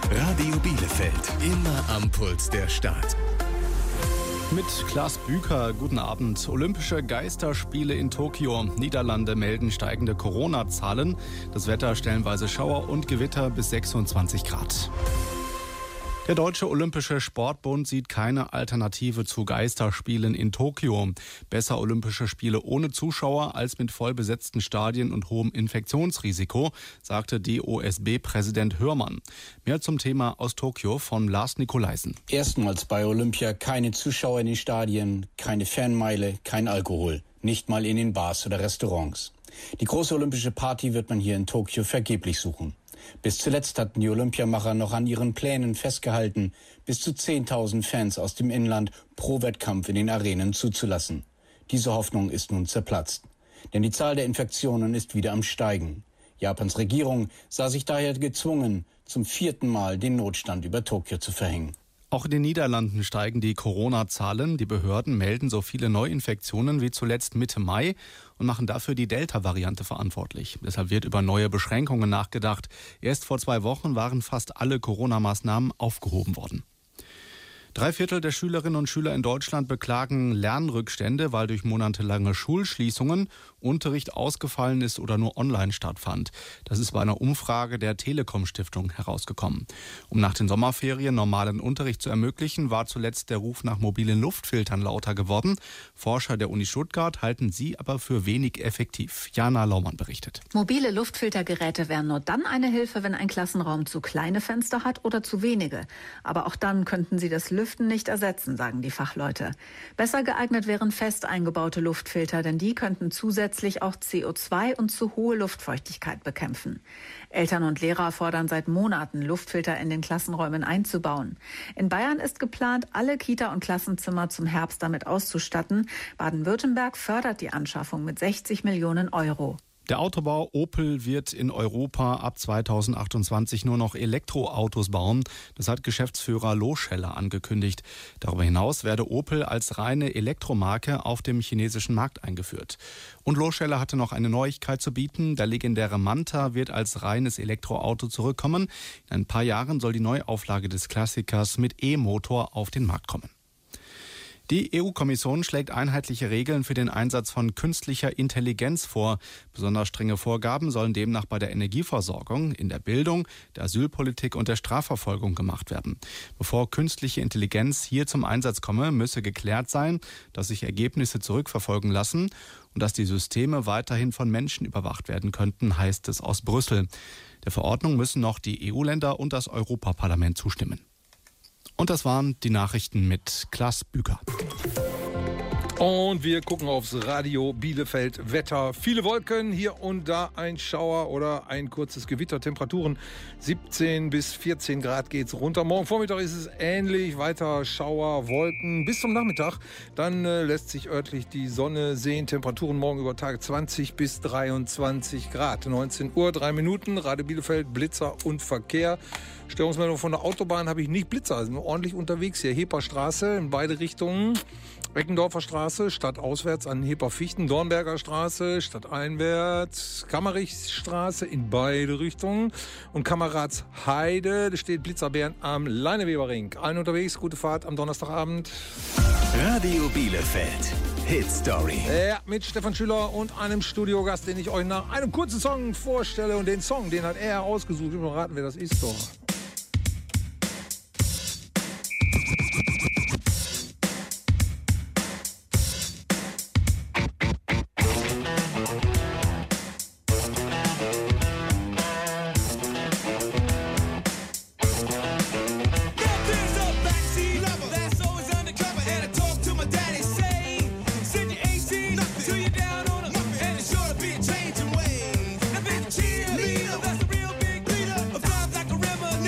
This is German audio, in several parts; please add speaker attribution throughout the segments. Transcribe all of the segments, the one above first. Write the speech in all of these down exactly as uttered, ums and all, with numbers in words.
Speaker 1: Radio Bielefeld, immer am Puls der Stadt.
Speaker 2: Mit Klaas Büker, guten Abend. Olympische Geisterspiele in Tokio. Niederlande melden steigende Corona-Zahlen. Das Wetter stellenweise Schauer und Gewitter bis sechsundzwanzig Grad. Der Deutsche Olympische Sportbund sieht keine Alternative zu Geisterspielen in Tokio. Besser Olympische Spiele ohne Zuschauer als mit voll besetzten Stadien und hohem Infektionsrisiko, sagte D O S B-Präsident Hörmann. Mehr zum Thema aus Tokio von Lars Nikolaisen.
Speaker 3: Erstmals bei Olympia keine Zuschauer in den Stadien, keine Fanmeile, kein Alkohol. Nicht mal in den Bars oder Restaurants. Die große olympische Party wird man hier in Tokio vergeblich suchen. Bis zuletzt hatten die Olympiamacher noch an ihren Plänen festgehalten, bis zu zehntausend Fans aus dem Inland pro Wettkampf in den Arenen zuzulassen. Diese Hoffnung ist nun zerplatzt. Denn die Zahl der Infektionen ist wieder am Steigen. Japans Regierung sah sich daher gezwungen, zum vierten Mal den Notstand über Tokio zu verhängen.
Speaker 2: Auch in den Niederlanden steigen die Corona-Zahlen. Die Behörden melden so viele Neuinfektionen wie zuletzt Mitte Mai und machen dafür die Delta-Variante verantwortlich. Deshalb wird über neue Beschränkungen nachgedacht. Erst vor zwei Wochen waren fast alle Corona-Maßnahmen aufgehoben worden. Drei Viertel der Schülerinnen und Schüler in Deutschland beklagen Lernrückstände, weil durch monatelange Schulschließungen Unterricht ausgefallen ist oder nur online stattfand. Das ist bei einer Umfrage der Telekom-Stiftung herausgekommen. Um nach den Sommerferien normalen Unterricht zu ermöglichen, war zuletzt der Ruf nach mobilen Luftfiltern lauter geworden. Forscher der Uni Stuttgart halten sie aber für wenig effektiv. Jana Laumann berichtet.
Speaker 4: Mobile Luftfiltergeräte wären nur dann eine Hilfe, wenn ein Klassenraum zu kleine Fenster hat oder zu wenige. Aber auch dann könnten sie das Lüften nicht ersetzen, sagen die Fachleute. Besser geeignet wären fest eingebaute Luftfilter, denn die könnten zusätzlich auch C O zwei und zu hohe Luftfeuchtigkeit bekämpfen. Eltern und Lehrer fordern seit Monaten, Luftfilter in den Klassenräumen einzubauen. In Bayern ist geplant, alle Kita- und Klassenzimmer zum Herbst damit auszustatten. Baden-Württemberg fördert die Anschaffung mit sechzig Millionen Euro.
Speaker 2: Der Autobau Opel wird in Europa ab zweitausendachtundzwanzig nur noch Elektroautos bauen. Das hat Geschäftsführer Loscheller angekündigt. Darüber hinaus werde Opel als reine Elektromarke auf dem chinesischen Markt eingeführt. Und Loscheller hatte noch eine Neuigkeit zu bieten. Der legendäre Manta wird als reines Elektroauto zurückkommen. In ein paar Jahren soll die Neuauflage des Klassikers mit E-Motor auf den Markt kommen. Die E U-Kommission schlägt einheitliche Regeln für den Einsatz von künstlicher Intelligenz vor. Besonders strenge Vorgaben sollen demnach bei der Energieversorgung, in der Bildung, der Asylpolitik und der Strafverfolgung gemacht werden. Bevor künstliche Intelligenz hier zum Einsatz komme, müsse geklärt sein, dass sich Ergebnisse zurückverfolgen lassen und dass die Systeme weiterhin von Menschen überwacht werden könnten, heißt es aus Brüssel. Der Verordnung müssen noch die E U-Länder und das Europaparlament zustimmen. Und das waren die Nachrichten mit Klaas Büker.
Speaker 5: Und wir gucken aufs Radio Bielefeld Wetter. Viele Wolken, hier und da ein Schauer oder ein kurzes Gewitter. Temperaturen siebzehn bis vierzehn Grad geht's runter. Morgen Vormittag ist es ähnlich. Weiter Schauer, Wolken bis zum Nachmittag. Dann äh, lässt sich örtlich die Sonne sehen. Temperaturen morgen über Tag zwanzig bis dreiundzwanzig Grad. neunzehn Uhr, drei Minuten. Radio Bielefeld, Blitzer und Verkehr. Störungsmeldung von der Autobahn habe ich nicht. Blitzer, sind ordentlich unterwegs hier. Heperstraße in beide Richtungen. Eckendorfer Straße, stadtauswärts an Heper-Fichten, Dornberger Straße, stadteinwärts, Kammerichstraße in beide Richtungen und Kameradsheide, da steht Blitzerbären am Leineweberring. Allen unterwegs, gute Fahrt am Donnerstagabend.
Speaker 1: Radio Bielefeld, Hit Story.
Speaker 5: Ja, mit Stefan Schüler und einem Studiogast, den ich euch nach einem kurzen Song vorstelle. Und den Song, den hat er ausgesucht. Ich will mal raten, wer das ist doch.
Speaker 6: That's the real big leader. Flies like a river.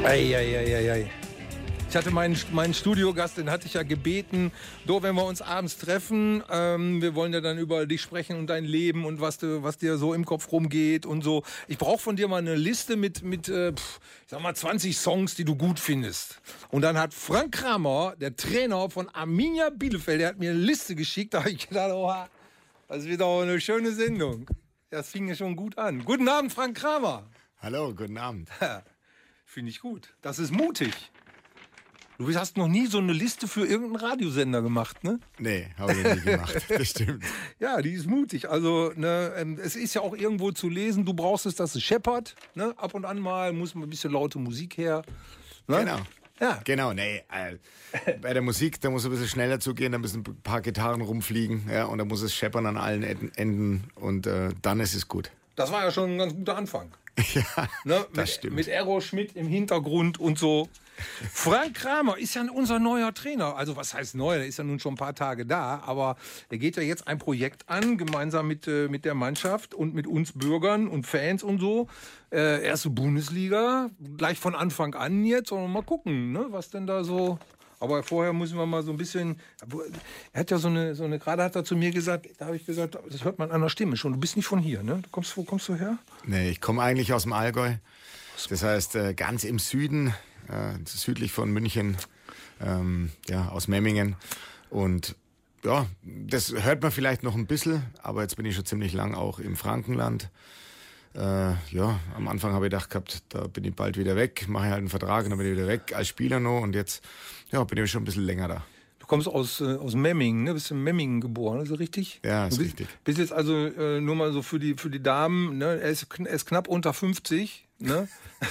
Speaker 5: Eieieiei. Ich hatte meinen, meinen Studiogast, den hatte ich ja gebeten, do, wenn wir uns abends treffen, ähm, wir wollen ja dann über dich sprechen und dein Leben und was, du, was dir so im Kopf rumgeht und so. Ich brauche von dir mal eine Liste mit, mit äh, ich sag mal, zwanzig Songs, die du gut findest. Und dann hat Frank Kramer, der Trainer von Arminia Bielefeld, der hat mir eine Liste geschickt, da habe ich gedacht, oh, das wird auch eine schöne Sendung. Das fing ja schon gut an. Guten Abend, Frank Kramer.
Speaker 6: Hallo, guten Abend.
Speaker 5: Ja, finde ich gut. Das ist mutig. Du hast noch nie so eine Liste für irgendeinen Radiosender gemacht, ne?
Speaker 6: Nee, habe ich nie gemacht, das stimmt.
Speaker 5: Ja, die ist mutig. Also, ne, es ist ja auch irgendwo zu lesen, du brauchst es, dass es scheppert. Ne? Ab und an mal muss mal ein bisschen laute Musik her. Ne?
Speaker 6: Genau.
Speaker 5: Ja.
Speaker 6: Genau, nee. Äh, bei der Musik, da muss es ein bisschen schneller zugehen, da müssen ein paar Gitarren rumfliegen, ja, und da muss es scheppern an allen Enden und äh, dann ist es gut.
Speaker 5: Das war ja schon ein ganz guter Anfang.
Speaker 6: Ja,
Speaker 5: ne?
Speaker 6: das
Speaker 5: mit,
Speaker 6: stimmt.
Speaker 5: Mit Errol Schmidt im Hintergrund und so. Frank Kramer ist ja unser neuer Trainer. Also was heißt neu? Der ist ja nun schon ein paar Tage da. Aber er geht ja jetzt ein Projekt an, gemeinsam mit, äh, mit der Mannschaft und mit uns Bürgern und Fans und so. Äh, erste Bundesliga, gleich von Anfang an jetzt. Und mal gucken, ne, was denn da so... Aber vorher müssen wir mal so ein bisschen... Er hat ja so eine... So eine gerade hat er zu mir gesagt, da habe ich gesagt, das hört man an der Stimme schon. Du bist nicht von hier, ne? Du kommst, wo kommst du her?
Speaker 6: Nee, ich komme eigentlich aus dem Allgäu. Das heißt, äh, ganz im Süden, äh, südlich von München, ähm, ja, aus Memmingen. Und ja, das hört man vielleicht noch ein bisschen, aber jetzt bin ich schon ziemlich lang auch im Frankenland. Äh, ja, am Anfang habe ich gedacht gehabt, da bin ich bald wieder weg, mache halt einen Vertrag und dann bin ich wieder weg als Spieler noch und jetzt ja, bin ich schon ein bisschen länger da.
Speaker 5: Du kommst aus, äh, aus Memmingen, ne? Bist in Memmingen geboren, ist das richtig?
Speaker 6: Ja, ist
Speaker 5: du bist,
Speaker 6: richtig.
Speaker 5: Bist jetzt also äh, nur mal so für die, für die Damen, ne? Er ist, er ist knapp unter fünfzig, ne?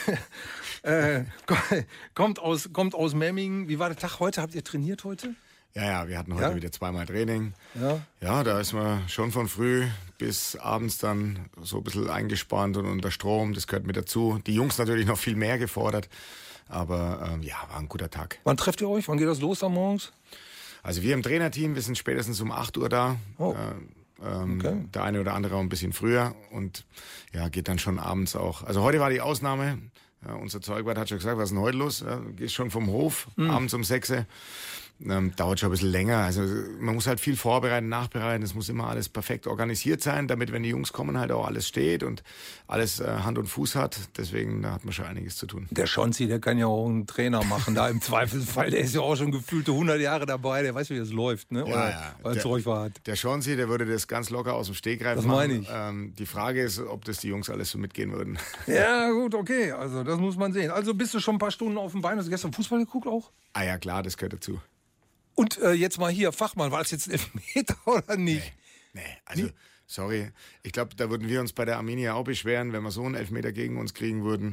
Speaker 5: äh, kommt, aus, kommt aus Memmingen. Wie war der Tag heute? Habt ihr trainiert heute?
Speaker 6: Ja, ja, wir hatten heute
Speaker 5: Ja?
Speaker 6: wieder zweimal Training.
Speaker 5: Ja.
Speaker 6: Ja, da ist man schon von früh bis abends dann so ein bisschen eingespannt und unter Strom. Das gehört mit dazu. Die Jungs natürlich noch viel mehr gefordert. Aber ähm, ja, war ein guter Tag.
Speaker 5: Wann trefft ihr euch? Wann geht das los am morgens?
Speaker 6: Also wir im Trainerteam, wir sind spätestens um acht Uhr da.
Speaker 5: Oh.
Speaker 6: Äh, ähm,
Speaker 5: Okay.
Speaker 6: Der eine oder andere auch ein bisschen früher. Und ja, geht dann schon abends auch. Also heute war die Ausnahme. Ja, unser Zeugwart hat schon gesagt, was ist denn heute los? Ja, gehst schon vom Hof,
Speaker 5: Mhm.
Speaker 6: abends um sechs. Ähm, dauert schon ein bisschen länger. Also man muss halt viel vorbereiten, nachbereiten. Es muss immer alles perfekt organisiert sein, damit, wenn die Jungs kommen, halt auch alles steht und alles äh, Hand und Fuß hat. Deswegen, da hat man schon einiges zu tun.
Speaker 5: Der Schonzi, der kann ja auch einen Trainer machen, da im Zweifelsfall. Der ist ja auch schon gefühlte hundert Jahre dabei. Der weiß, wie das läuft, ne? Oder
Speaker 6: ja.
Speaker 5: als
Speaker 6: Der-
Speaker 5: Zeugwart.
Speaker 6: Der Schonzi, der würde das ganz locker aus dem Stegreif
Speaker 5: Das
Speaker 6: machen.
Speaker 5: meine ich.
Speaker 6: Ähm, die Frage ist, ob das die Jungs alles so mitgehen würden.
Speaker 5: Ja, gut, okay. Also, das muss man sehen. Also, bist du schon ein paar Stunden auf dem Bein? Hast du gestern Fußball geguckt auch?
Speaker 6: Ah ja, klar, das gehört dazu.
Speaker 5: Und äh, jetzt mal hier, Fachmann, war das jetzt ein Elfmeter oder nicht?
Speaker 6: Nee, also, sorry. Ich glaube, da würden wir uns bei der Arminia auch beschweren, wenn wir so einen Elfmeter gegen uns kriegen würden.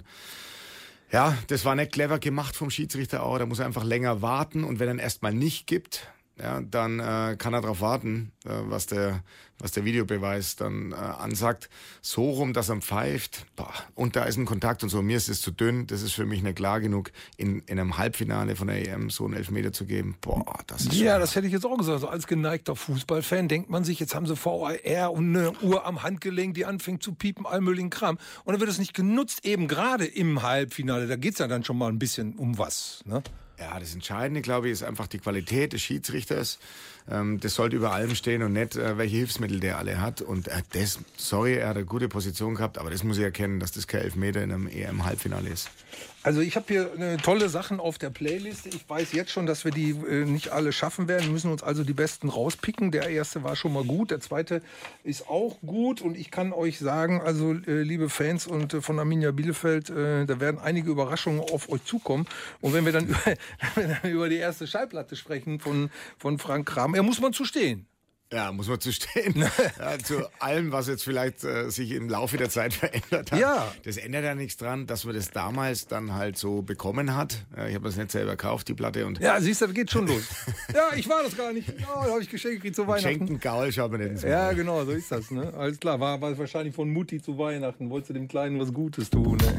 Speaker 6: Ja, das war nicht clever gemacht vom Schiedsrichter auch. Da muss er einfach länger warten. Und wenn er ihn erstmal nicht gibt, ja, dann äh, kann er darauf warten, äh, was, der, was der Videobeweis dann äh, ansagt. So rum, dass er pfeift. Boah, und da ist ein Kontakt und so. Mir ist es zu dünn. Das ist für mich nicht klar genug, in, in einem Halbfinale von der E M so einen Elfmeter zu geben. Boah, das ist
Speaker 5: Ja,
Speaker 6: schwer.
Speaker 5: das hätte ich jetzt auch gesagt. Also als geneigter Fußballfan denkt man sich, jetzt haben sie V A R und eine Uhr am Handgelenk, die anfängt zu piepen, all möglichen Kram. Und dann wird es nicht genutzt, eben gerade im Halbfinale. Da geht es ja dann schon mal ein bisschen um was, ne?
Speaker 6: Ja, das Entscheidende, glaube ich, ist einfach die Qualität des Schiedsrichters. Ähm, das sollte über allem stehen und nicht, äh, welche Hilfsmittel der alle hat. Und äh, das, sorry, er hat eine gute Position gehabt, aber das muss ich erkennen, dass das kein Elfmeter in einem E M-Halbfinale ist.
Speaker 5: Also ich habe hier äh, tolle Sachen auf der Playliste. Ich weiß jetzt schon, dass wir die äh, nicht alle schaffen werden. Wir müssen uns also die besten rauspicken. Der erste war schon mal gut, der zweite ist auch gut. Und ich kann euch sagen, also äh, liebe Fans und äh, von Arminia Bielefeld, äh, da werden einige Überraschungen auf euch zukommen. Und wenn wir dann über, wenn wir dann über die erste Schallplatte sprechen von, von Frank Kramer, ja, muss man zu stehen.
Speaker 6: Ja, muss man zu stehen. Ja, zu allem, was jetzt vielleicht äh, sich im Laufe der Zeit verändert hat.
Speaker 5: Ja.
Speaker 6: Das ändert ja nichts dran, dass man das damals dann halt so bekommen hat. Ja, ich habe das nicht selber gekauft, die Platte. Und
Speaker 5: Ja, siehst du, geht schon los. Ja, ich war das gar nicht. Ja, da habe ich Geschenke gekriegt zu Weihnachten.
Speaker 6: Schenken Gaul schaut man nicht ins Maul.
Speaker 5: Ja, genau, so ist das. Ne? Alles klar, war, war wahrscheinlich von Mutti zu Weihnachten. Wolltest du dem Kleinen was Gutes tun. Ne?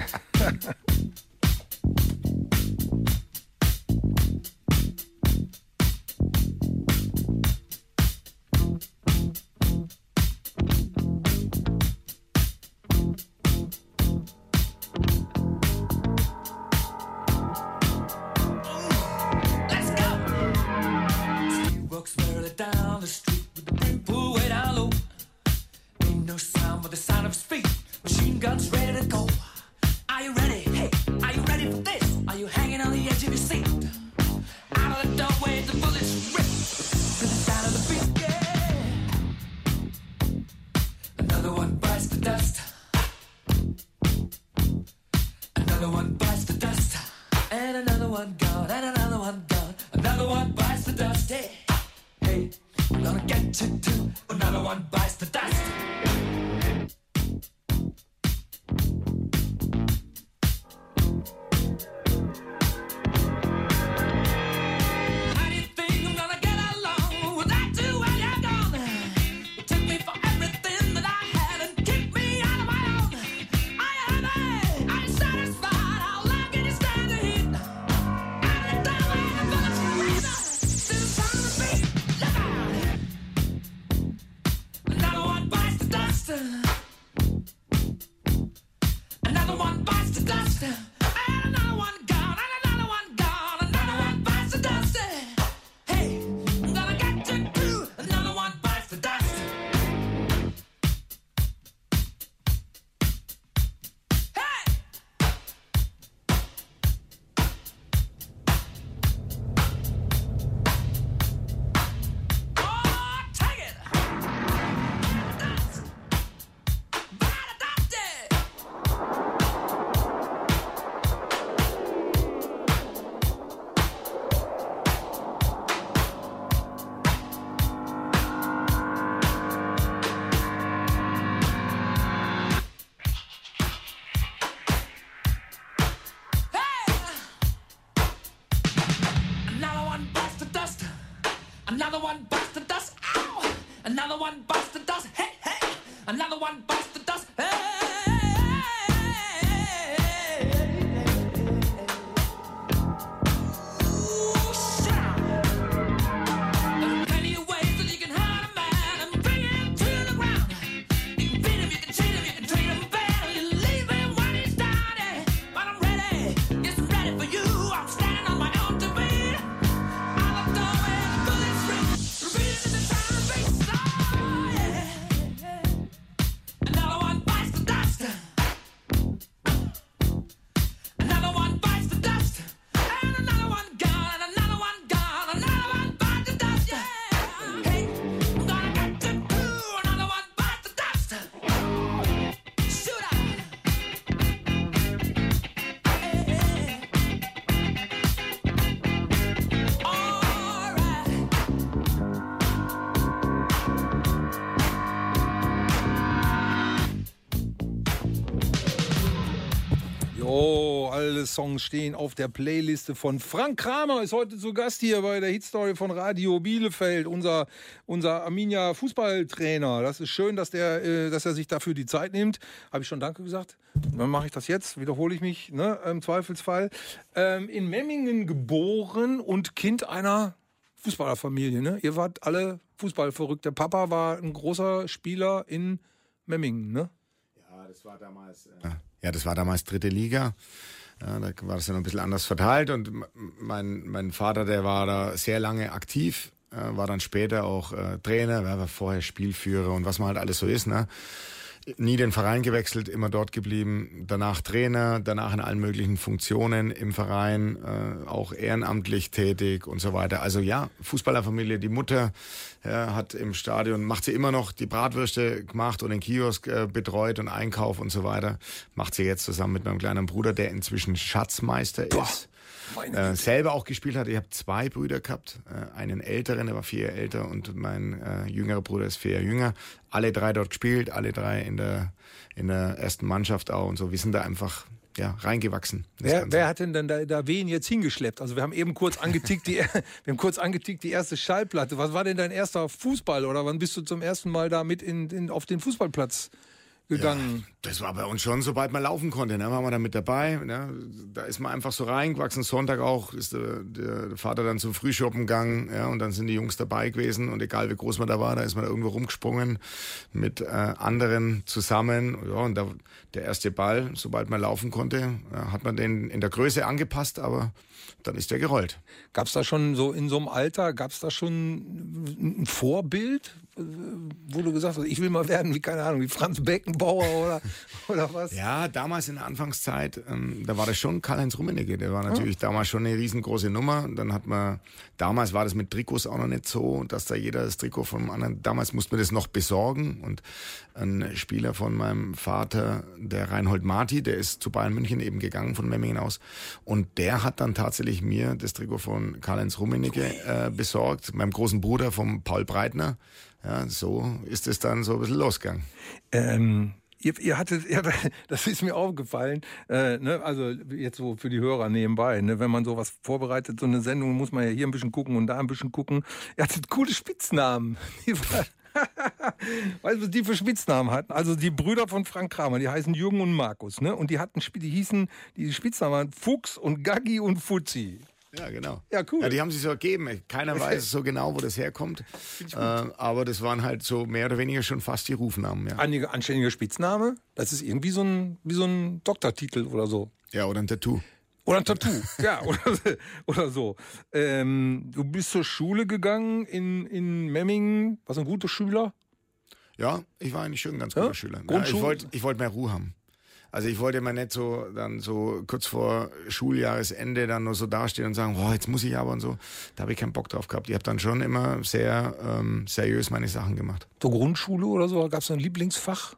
Speaker 7: walks merrily down the street with the big pool way down low. Ain't no sound but the sound of his feet. Machine guns ready to go. Are you ready? Hey, are you ready for this? Are you hanging on the edge of your seat? Out of the doorway, the bullets rip to the sound of the beat. Yeah. Another one bites the dust. Another one bites the dust. And another one gone. And another one gone. Another one bites the dust. Hey, hey, I'm gonna get you too. Another one bites the dust. Another one bites the dust. Ow! Another one bites the dust. Hey, hey! Another one bites the dust. Hey! Ooh, shout! There are plenty of ways that you can hurt a man and bring him to the ground. You can beat him, you can cheat him, you can treat him bad, or you leave him when he's down. Yeah. But I'm ready, yes, I'm ready for you. I'm standing on my own two feet. Out the door and the bullets ring. Repeating in the sound of bass. Oh, yeah. Another one bites the dust. Another one bites the dust. And another one gone. And another one gone. Another one bites the dust. Yeah. Hey, I'm gonna get you too. Another one bites the dust. Shoot out. Hey. All right.
Speaker 5: Jo, alle Songs stehen auf der Playliste von Frank Kramer, ist heute zu Gast hier bei der Hitstory von Radio Bielefeld, unser, unser Arminia Fußballtrainer. Das ist schön, dass, der, äh, dass er sich dafür die Zeit nimmt. Habe ich schon Danke gesagt? Dann mache ich das jetzt, wiederhole ich mich, ne, im Zweifelsfall. Ähm, in Memmingen geboren und Kind einer Fußballerfamilie. Ne? Ihr wart alle fußballverrückt. Der Papa war ein großer Spieler in Memmingen, ne?
Speaker 6: Ja, das war damals, äh, ja, das war damals dritte Liga. Ja, da war das ja noch ein bisschen anders verteilt. Und mein, mein Vater, der war da sehr lange aktiv, äh, war dann später auch äh, Trainer, war vorher Spielführer und was man halt alles so ist. Ne? Nie den Verein gewechselt, immer dort geblieben. Danach Trainer, danach in allen möglichen Funktionen im Verein, äh, auch ehrenamtlich tätig und so weiter. Also ja, Fußballerfamilie. Die Mutter ja, hat im Stadion, macht sie immer noch, die Bratwürste gemacht und den Kiosk äh, betreut und Einkauf und so weiter. Macht sie jetzt zusammen mit meinem kleinen Bruder, der inzwischen Schatzmeister ist. Äh, selber auch gespielt hat. Ich habe zwei Brüder gehabt. Äh, einen älteren, der war vier Jahre älter und mein äh, jüngerer Bruder ist vier Jahre jünger. Alle drei dort gespielt, alle drei in der, in der ersten Mannschaft auch und so. Wir sind da einfach ja, reingewachsen.
Speaker 5: Wer, wer hat denn dann da, da wen jetzt hingeschleppt? Also wir haben eben kurz angetickt, die, wir haben kurz angetickt die erste Schallplatte. Was war denn dein erster Fußball oder wann bist du zum ersten Mal da mit in, in, auf den Fußballplatz gegangen?
Speaker 6: Ja, das war bei uns schon, sobald man laufen konnte, ne, waren wir da mit dabei. Ne? Da ist man einfach so reingewachsen. Sonntag auch ist der, der Vater dann zum Frühschoppen gegangen, ja, und dann sind die Jungs dabei gewesen und egal wie groß man da war, da ist man da irgendwo rumgesprungen mit äh, anderen zusammen. Ja, und da, der erste Ball, sobald man laufen konnte, ja, hat man den in der Größe angepasst, aber dann ist der gerollt.
Speaker 5: Gab es da schon so in so einem Alter, gab es da schon ein Vorbild, wo du gesagt hast, ich will mal werden wie, keine Ahnung, wie Franz Beckenbauer oder, oder was?
Speaker 6: Ja, damals in der Anfangszeit, ähm, da war das schon Karl-Heinz Rummenigge. Der war natürlich oh. damals schon eine riesengroße Nummer. Dann hat man, damals war das mit Trikots auch noch nicht so, dass da jeder das Trikot vom anderen, damals musste man das noch besorgen. Und ein Spieler von meinem Vater, der Reinhold Marti, der ist zu Bayern München eben gegangen von Memmingen aus. Und der hat dann tatsächlich mir das Trikot von Karl-Heinz Rummenigge äh, besorgt, meinem großen Bruder vom Paul Breitner. Ja, so ist es dann so ein bisschen losgegangen.
Speaker 5: Ähm, ihr, ihr hattet, ja, das ist mir aufgefallen, äh, ne, also jetzt so für die Hörer nebenbei, ne, wenn man sowas vorbereitet, so eine Sendung, muss man ja hier ein bisschen gucken und da ein bisschen gucken. Ihr hattet coole Spitznamen. Weißt du, was die für Spitznamen hatten? Also die Brüder von Frank Kramer, die heißen Jürgen und Markus, ne? Und die hatten, die hießen, die Spitznamen waren Fuchs und Gaggi und Fuzzi.
Speaker 6: Ja, genau.
Speaker 5: Ja, cool.
Speaker 6: Ja, die haben sich so ergeben. Keiner weiß so genau, wo das herkommt. Äh, aber das waren halt so mehr oder weniger schon fast die Rufnamen. Ja,
Speaker 5: Einige anständige Spitzname, das ist irgendwie so ein, wie so ein Doktortitel oder so.
Speaker 6: ja, oder ein Tattoo.
Speaker 5: Oder ein Tattoo, ja, oder, oder so. Ähm, du bist zur Schule gegangen in, in Memmingen. Warst du ein guter Schüler?
Speaker 6: Ja, ich war eigentlich schon ein ganz guter
Speaker 5: Ja?
Speaker 6: Schüler. Ja,
Speaker 5: Grundschule?
Speaker 6: ich wollte ich wollt mehr Ruhe haben. Also ich wollte mal nicht so dann so kurz vor Schuljahresende dann nur so dastehen und sagen, boah, jetzt muss ich aber und so. Da habe ich keinen Bock drauf gehabt. Ich habe dann schon immer sehr ähm, seriös meine Sachen gemacht.
Speaker 5: Zur Grundschule oder so? Gab es ein Lieblingsfach?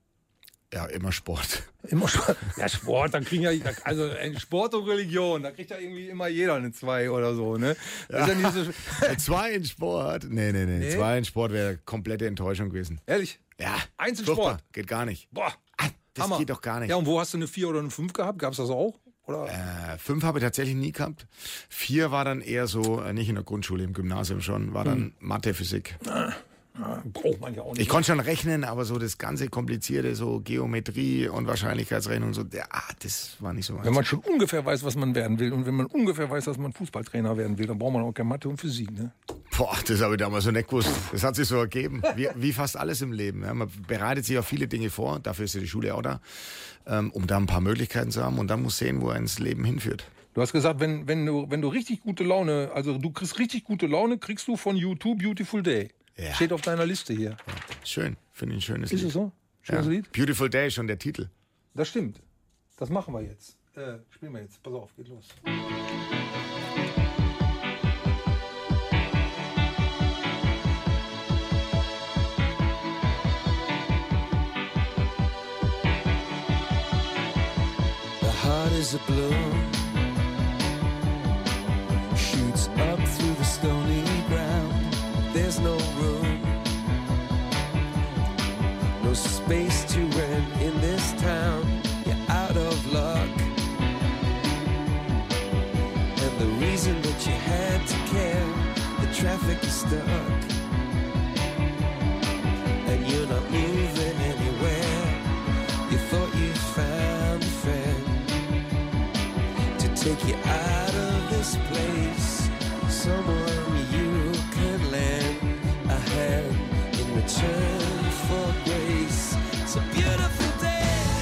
Speaker 6: Ja, immer Sport.
Speaker 5: Immer Sport. Ja, Sport, dann kriegen ja, also Sport und Religion, da kriegt ja irgendwie immer jeder eine zwei oder so, ne? Das ist ja nicht so,
Speaker 6: Zwei in Sport? Nee, nee, nee.
Speaker 5: Nee?
Speaker 6: Zwei in Sport wäre komplette Enttäuschung gewesen.
Speaker 5: ehrlich?
Speaker 6: Ja.
Speaker 5: Eins in
Speaker 6: furchtbar.
Speaker 5: Sport?
Speaker 6: Geht gar nicht.
Speaker 5: Boah,
Speaker 6: Ah, das
Speaker 5: Hammer.
Speaker 6: geht doch gar nicht.
Speaker 5: Ja, und wo hast du eine vier oder eine fünf gehabt? Gab es das auch? Oder?
Speaker 6: Äh, fünf habe ich tatsächlich nie gehabt. Vier war dann eher so, äh, nicht in der Grundschule, im Gymnasium schon, war dann Mathe, Physik.
Speaker 5: Ja, braucht man ja auch nicht.
Speaker 6: Ich konnte schon rechnen, aber so das ganze Komplizierte, so Geometrie und Wahrscheinlichkeitsrechnung, so, der, ah, das war nicht so meins.
Speaker 5: Wenn man schon ungefähr weiß, was man werden will und wenn man ungefähr weiß, dass man Fußballtrainer werden will, dann braucht man auch keine Mathe und Physik, ne?
Speaker 6: Boah, das habe ich damals so nicht gewusst. Das hat sich so ergeben, wie, wie fast alles im Leben. Ja. Man bereitet sich auf viele Dinge vor, dafür ist ja die Schule auch da, ähm, um da ein paar Möglichkeiten zu haben und dann muss sehen, wo er ins Leben hinführt.
Speaker 5: Du hast gesagt, wenn, wenn, du, wenn du richtig gute Laune, also du kriegst richtig gute Laune, kriegst du von YouTube Beautiful Day.
Speaker 6: Ja.
Speaker 5: Steht auf deiner Liste hier.
Speaker 6: Ja. Schön, finde ich ein schönes
Speaker 5: Ist
Speaker 6: Lied.
Speaker 5: es so?
Speaker 6: Ja.
Speaker 5: Schönes Lied?
Speaker 6: Beautiful Day, schon der Titel.
Speaker 5: Das stimmt. Das machen wir jetzt. Äh, spielen wir jetzt. Pass auf, geht los.
Speaker 8: The heart is a balloon, shoots up through the stony ground. There's no room, no space to rent in this town. You're out of luck, and the reason that you had to care, the traffic is stuck, and you're not moving anywhere. You thought you found a friend to take you out of this place, someone you can lend a hand in return for grace. It's a beautiful day.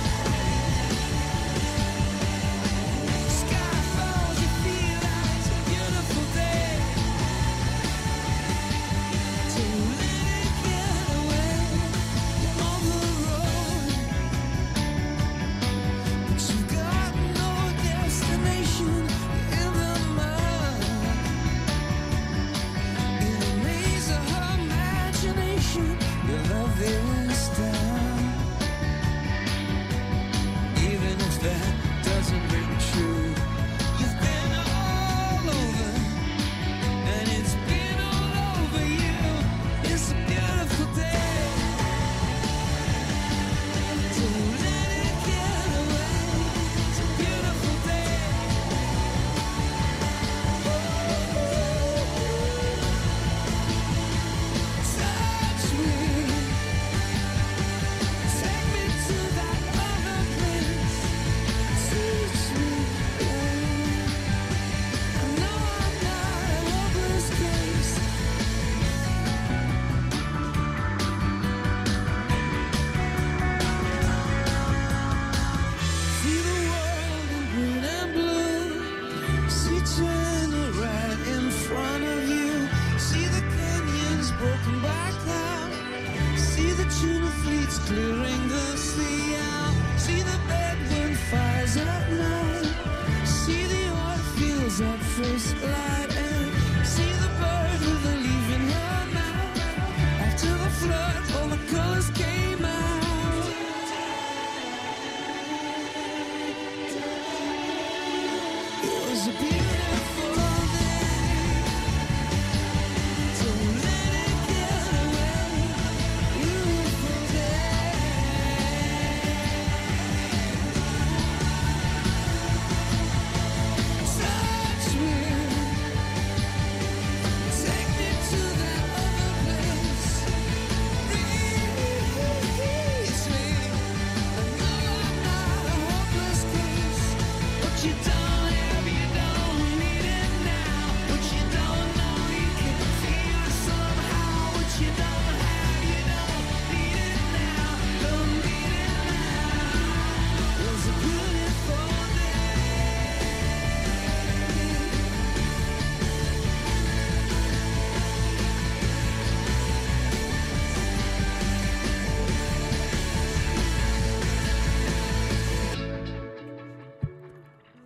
Speaker 8: Sky falls, you feel like it's a beautiful day. So let it get away on the road, but you've got no destination in the mind.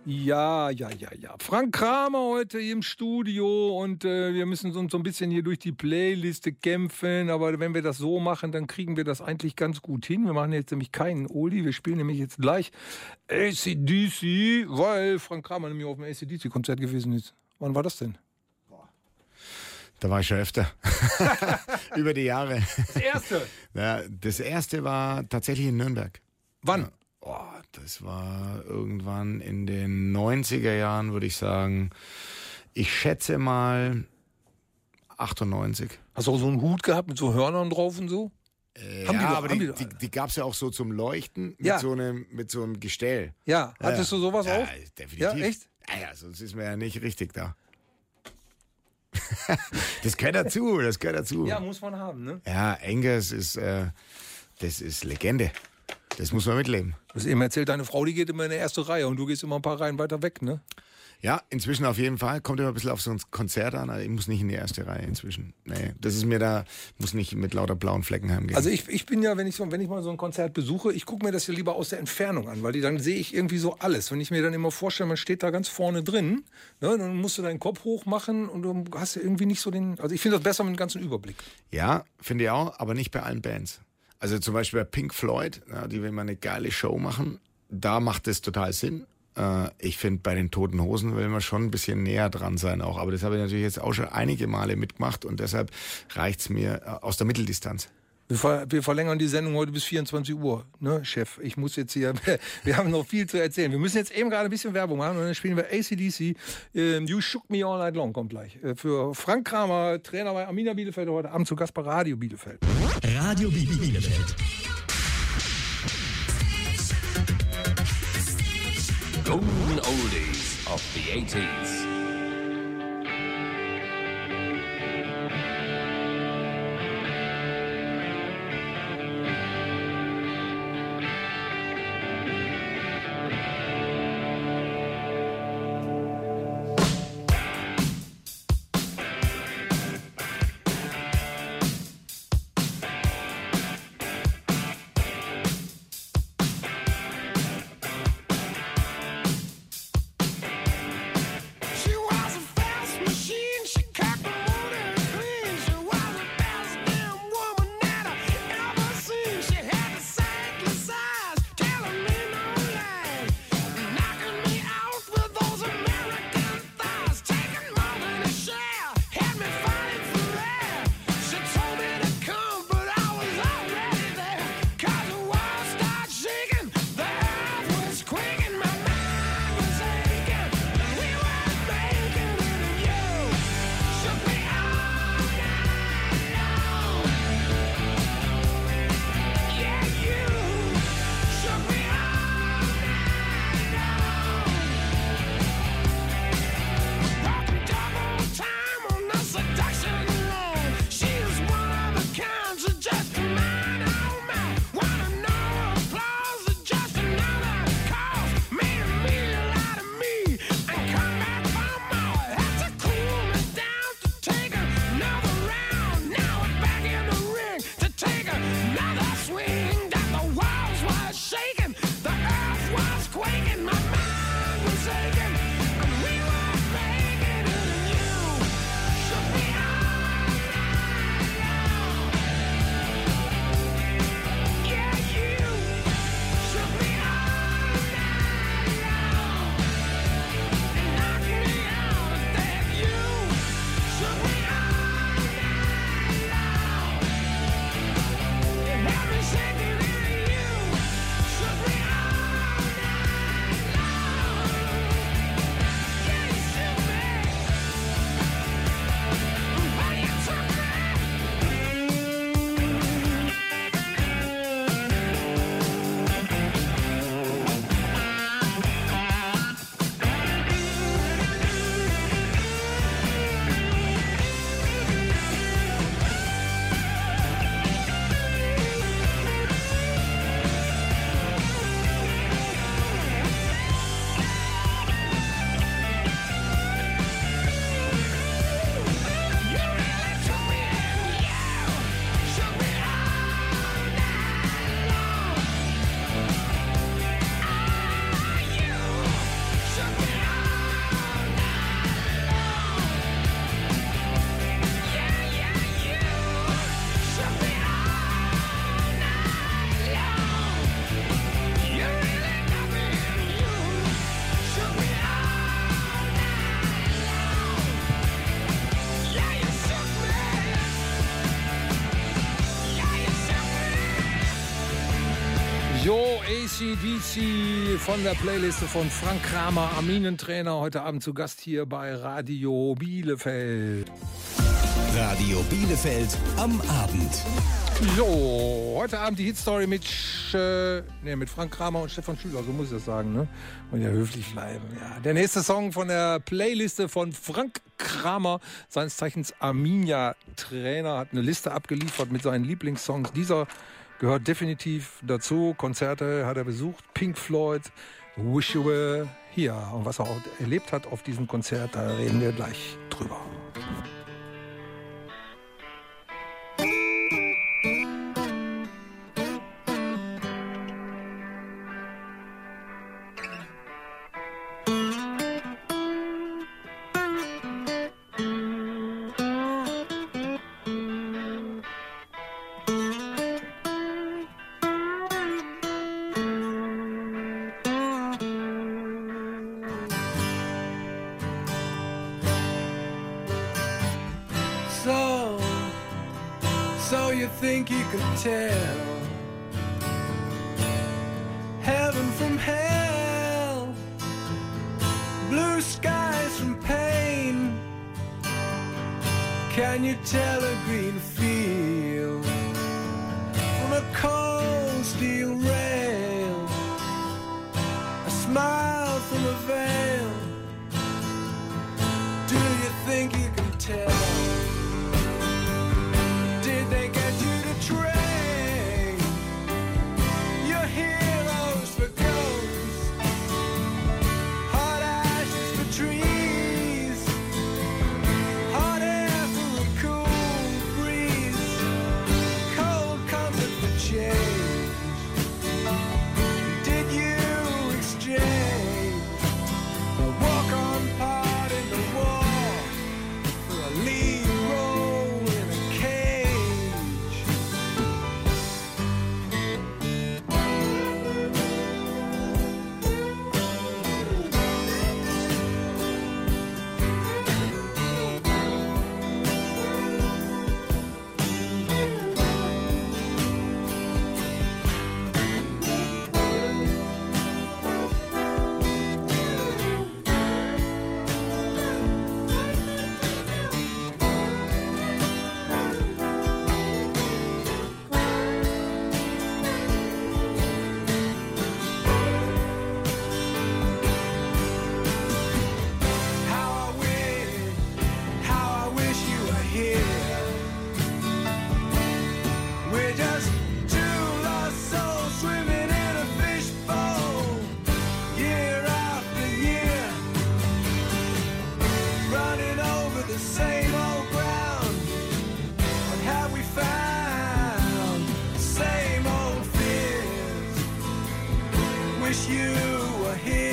Speaker 5: Ja, ja, ja, ja. Frank Kramer heute im Studio und äh, wir müssen uns so ein bisschen hier durch die Playliste kämpfen, aber wenn wir das so machen, dann kriegen wir das eigentlich ganz gut hin. Wir machen jetzt nämlich keinen Oldie, wir spielen nämlich jetzt gleich A C D C, weil Frank Kramer nämlich auf dem A C D C-Konzert gewesen ist. Wann war das denn?
Speaker 6: Da war ich schon öfter. Über die Jahre.
Speaker 5: Das erste?
Speaker 6: Ja, das erste war tatsächlich in Nürnberg.
Speaker 5: Wann?
Speaker 6: Ja. Oh, das war irgendwann in den neunziger Jahren, würde ich sagen. Ich schätze mal achtundneunzig.
Speaker 5: Hast du auch so einen Hut gehabt mit so Hörnern drauf und so?
Speaker 6: Äh,
Speaker 5: Haben
Speaker 6: ja,
Speaker 5: die doch-
Speaker 6: aber
Speaker 5: haben
Speaker 6: die,
Speaker 5: die
Speaker 6: die,
Speaker 5: doch-
Speaker 6: die gab es ja auch so zum Leuchten mit,
Speaker 5: Ja.
Speaker 6: so, einem, mit so einem Gestell.
Speaker 5: Ja, hattest
Speaker 6: ja.
Speaker 5: du sowas
Speaker 6: ja,
Speaker 5: auch?
Speaker 6: definitiv.
Speaker 5: Ja, echt?
Speaker 6: Ja, ja, sonst ist man ja nicht richtig da. Das gehört dazu, das gehört dazu.
Speaker 5: Ja, muss man haben, ne?
Speaker 6: Ja, Angus ist, äh, das ist Legende. Das muss man mitleben.
Speaker 5: Du hast eben erzählt, deine Frau, die geht immer in der erste Reihe und du gehst immer ein paar Reihen weiter weg, ne?
Speaker 6: Ja, inzwischen auf jeden Fall. Kommt immer ein bisschen auf so ein Konzert an. Also ich muss nicht in die erste Reihe inzwischen. Nee, das ist mir da, muss nicht mit lauter blauen Flecken heimgehen.
Speaker 5: Also ich, ich bin ja, wenn ich, so, wenn ich mal so ein Konzert besuche, ich gucke mir das ja lieber aus der Entfernung an, weil die, dann sehe ich irgendwie so alles. Wenn ich mir dann immer vorstelle, man steht da ganz vorne drin, ne, dann musst du deinen Kopf hoch machen und du hast ja irgendwie nicht so den, also ich finde das besser mit dem ganzen Überblick.
Speaker 6: Ja, finde ich auch, aber nicht bei allen Bands. Also zum Beispiel bei Pink Floyd, ja, die will mal eine geile Show machen, da macht es total Sinn. Äh, ich finde, bei den Toten Hosen will man schon ein bisschen näher dran sein auch. Aber das habe ich natürlich jetzt auch schon einige Male mitgemacht und deshalb reicht's mir äh, aus der Mitteldistanz.
Speaker 5: Wir, ver, wir verlängern die Sendung heute bis vierundzwanzig Uhr, ne, Chef? Ich muss jetzt hier, wir haben noch viel zu erzählen. Wir müssen jetzt eben gerade ein bisschen Werbung machen und dann spielen wir A C D C. Ähm, You Shook Me All Night Long kommt gleich. Äh, für Frank Kramer, Trainer bei Arminia Bielefeld, heute Abend zu Gast bei Radio Bielefeld.
Speaker 9: Radio Bielefeld.
Speaker 10: Golden Oldies of the eighties.
Speaker 7: She
Speaker 5: A C D C von der Playliste von Frank Kramer, Arminentrainer, heute Abend zu Gast hier bei Radio Bielefeld.
Speaker 1: Radio Bielefeld am Abend.
Speaker 5: So, heute Abend die Hitstory mit, äh, nee, mit Frank Kramer und Stefan Schüler, so muss ich das sagen, ne? Und ja, höflich bleiben, ja. Der nächste Song von der Playliste von Frank Kramer, seines Zeichens Arminia-Trainer, hat eine Liste abgeliefert mit seinen Lieblingssongs. Dieser gehört definitiv dazu. Konzerte hat er besucht, Pink Floyd, Wish You Were Here. Und was er auch erlebt hat auf diesem Konzert, da reden wir gleich drüber.
Speaker 8: So, so you think you can tell heaven from hell, blue skies from pain? Can you tell a green field from a cold steel rail, a smile from a veil? Do you think you can tell? Did they get you to train your heroes for ghosts, hot ashes for trees, hot air for a cool breeze, cold comfort for change? Did you exchange a walk-on part in the war for a lead role in a cage? How I wish, how I wish you were here. We're just two lost souls swimming in a fishbowl, year after year, running over the same old ground. What have we found? Same old fears. Wish you were here.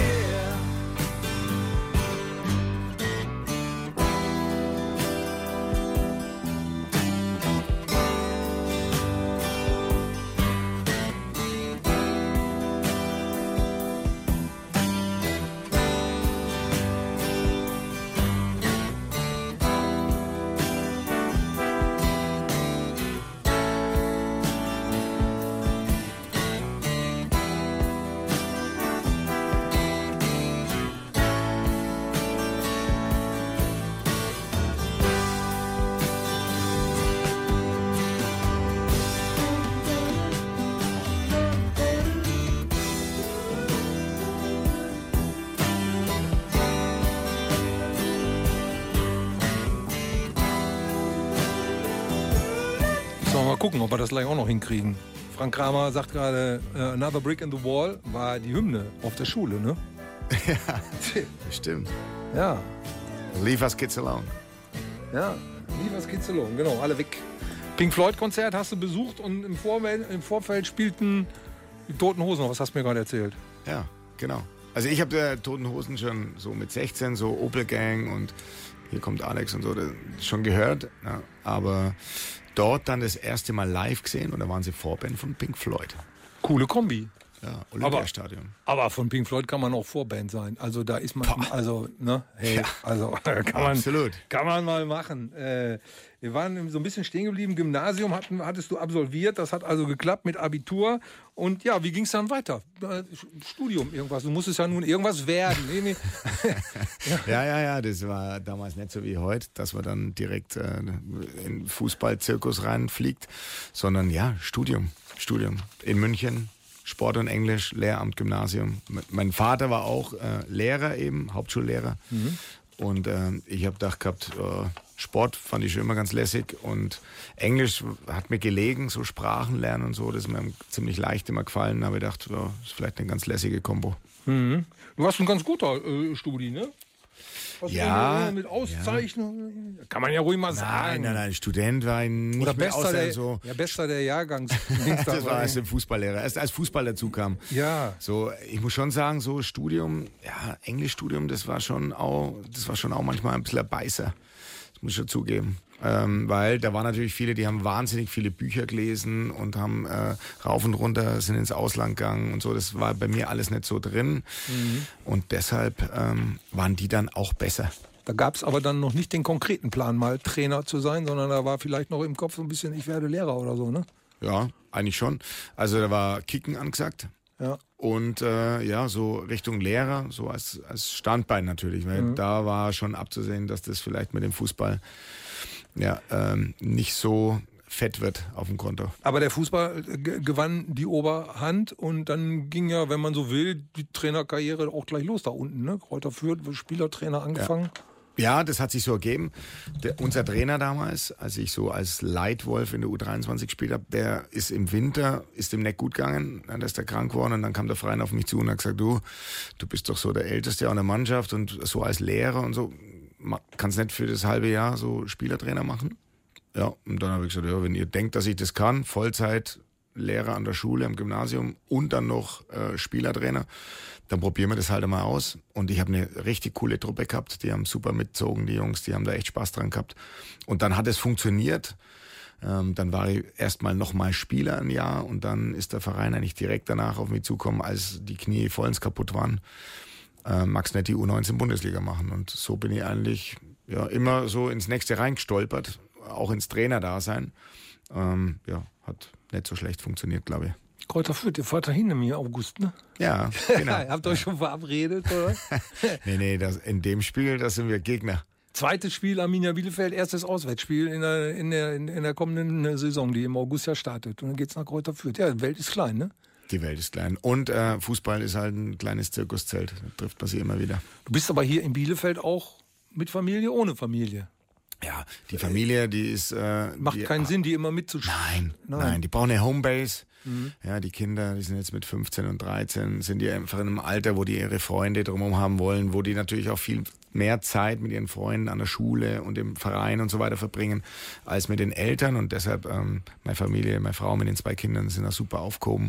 Speaker 5: So, mal gucken, ob wir das gleich auch noch hinkriegen. Frank Kramer sagt gerade, äh, Another Brick in the Wall war die Hymne auf der Schule, ne?
Speaker 6: Ja, stimmt.
Speaker 5: Ja,
Speaker 6: Leave us kids alone.
Speaker 5: ja. Liefers Kids Alone, genau, alle weg. Pink Floyd Konzert hast du besucht und im, Vorfeld, im Vorfeld spielten die Toten Hosen noch. Was hast du mir gerade erzählt?
Speaker 6: Ja, genau. Also ich habe der Toten Hosen schon so mit sechzehn, so Opel Gang und Hier kommt Alex und so, das schon gehört. Ja, aber dort dann das erste Mal live gesehen und da waren sie Vorband von Pink Floyd.
Speaker 5: Coole Kombi.
Speaker 6: Ja, Olympiastadion.
Speaker 5: Aber, aber von Pink Floyd kann man auch Vorband sein. Also da ist man, also, ne, hey,
Speaker 6: Ja.
Speaker 5: also kann man,
Speaker 6: Absolut.
Speaker 5: kann man mal machen. Äh, wir waren so ein bisschen stehen geblieben. Gymnasium hatten, hattest du absolviert. Das hat also geklappt mit Abitur. Und ja, wie ging es dann weiter? Äh, Studium, irgendwas. Du musstest ja nun irgendwas werden. Nee, nee.
Speaker 6: Ja, ja, ja, das war damals nicht so wie heute, dass man dann direkt äh, in Fußballzirkus reinfliegt, sondern ja, Studium, Studium in München, Sport und Englisch, Lehramt, Gymnasium. Mein Vater war auch äh, Lehrer eben, Hauptschullehrer.
Speaker 5: Mhm.
Speaker 6: Und äh, ich habe gedacht gehabt, äh, Sport fand ich schon immer ganz lässig und Englisch hat mir gelegen, so Sprachen lernen und so, das ist mir ziemlich leicht immer gefallen. Da habe ich gedacht, ja, das ist vielleicht eine ganz lässige Kombo.
Speaker 5: Mhm. Du warst ein ganz guter äh, Studi, ne? Was
Speaker 6: Ja,
Speaker 5: du, mit Auszeichnung, kann man ja ruhig mal sagen.
Speaker 6: Nein, nein, nein, Student war ich nicht
Speaker 5: Oder
Speaker 6: mit
Speaker 5: bester
Speaker 6: Auszeichnung
Speaker 5: der,
Speaker 6: so.
Speaker 5: ja, bester der Jahrgangs.
Speaker 6: Das war erst im Fußballlehrer, erst als Fußball dazu kam.
Speaker 5: Ja.
Speaker 6: So, ich muss schon sagen, so Studium, ja, Englischstudium, das war schon auch, das war schon auch manchmal ein bisschen ein Beißer. Das muss ich schon zugeben. Ähm, weil da waren natürlich viele, die haben wahnsinnig viele Bücher gelesen und haben äh, rauf und runter, sind ins Ausland gegangen und so. Das war bei mir alles nicht so drin.
Speaker 5: Mhm.
Speaker 6: Und deshalb ähm, waren die dann auch besser.
Speaker 5: Da gab es aber dann noch nicht den konkreten Plan, mal Trainer zu sein, sondern da war vielleicht noch im Kopf so ein bisschen, ich werde Lehrer oder so, ne?
Speaker 6: Ja, eigentlich schon. Also da war Kicken angesagt.
Speaker 5: Ja.
Speaker 6: Und äh, ja, so Richtung Lehrer, so als, als Standbein natürlich. Weil
Speaker 5: Mhm.
Speaker 6: da war schon abzusehen, dass das vielleicht mit dem Fußball ja, ähm, nicht so fett wird auf dem Konto.
Speaker 5: Aber der Fußball g- gewann die Oberhand und dann ging ja, wenn man so will, die Trainerkarriere auch gleich los da unten, ne? Kräuter Fürth, Spielertrainer angefangen.
Speaker 6: Ja, das hat sich so ergeben. Der, unser Trainer damals, als ich so als Leitwolf in der U dreiundzwanzig gespielt habe, der ist im Winter, ist dem nicht gut gegangen, dann ist er krank geworden und dann kam der Verein auf mich zu und hat gesagt, du, du bist doch so der Älteste an der Mannschaft und so als Lehrer und so, ma- kannst nicht für das halbe Jahr so Spielertrainer machen? Ja, und dann habe ich gesagt, ja, wenn ihr denkt, dass ich das kann, Vollzeit Lehrer an der Schule, am Gymnasium und dann noch äh, Spielertrainer, dann probieren wir das halt einmal aus. Und ich habe eine richtig coole Truppe gehabt, die haben super mitgezogen, die Jungs, die haben da echt Spaß dran gehabt. Und dann hat es funktioniert. Ähm, dann war ich erstmal nochmal Spieler ein Jahr und dann ist der Verein eigentlich direkt danach auf mich zugekommen, als die Knie vollends kaputt waren. Äh, magst nicht die U neunzehn Bundesliga machen. Und so bin ich eigentlich ja, immer so ins nächste reingestolpert, auch ins Trainerdasein. Ähm, ja, hat nicht so schlecht funktioniert, glaube ich.
Speaker 5: Kräuter Fürth, ihr fahrt dahin im August, ne?
Speaker 6: Ja, genau.
Speaker 5: Habt ihr euch schon verabredet, oder?
Speaker 6: nee, nee, das, in dem Spiel, da sind wir Gegner.
Speaker 5: Zweites Spiel Arminia Bielefeld, erstes Auswärtsspiel in der, in der, in, in der kommenden Saison, die im August ja startet. Und dann geht's nach Kräuter Fürth. Ja, die Welt ist klein, ne?
Speaker 6: Die Welt ist klein. Und äh, Fußball ist halt ein kleines Zirkuszelt. Da trifft man sie immer wieder.
Speaker 5: Du bist aber hier in Bielefeld auch mit Familie, ohne Familie.
Speaker 6: Ja, die Familie, die ist... Äh,
Speaker 5: Macht
Speaker 6: die,
Speaker 5: keinen Sinn, die immer mitzuspielen.
Speaker 6: Nein, nein, nein, die brauchen eine Homebase. Mhm. Ja, die Kinder, die sind jetzt mit fünfzehn und dreizehn, sind die einfach in einem Alter, wo die ihre Freunde drumherum haben wollen, wo die natürlich auch viel mehr Zeit mit ihren Freunden an der Schule und im Verein und so weiter verbringen, als mit den Eltern. Und deshalb, ähm, meine Familie, meine Frau mit den zwei Kindern sind da super aufgehoben.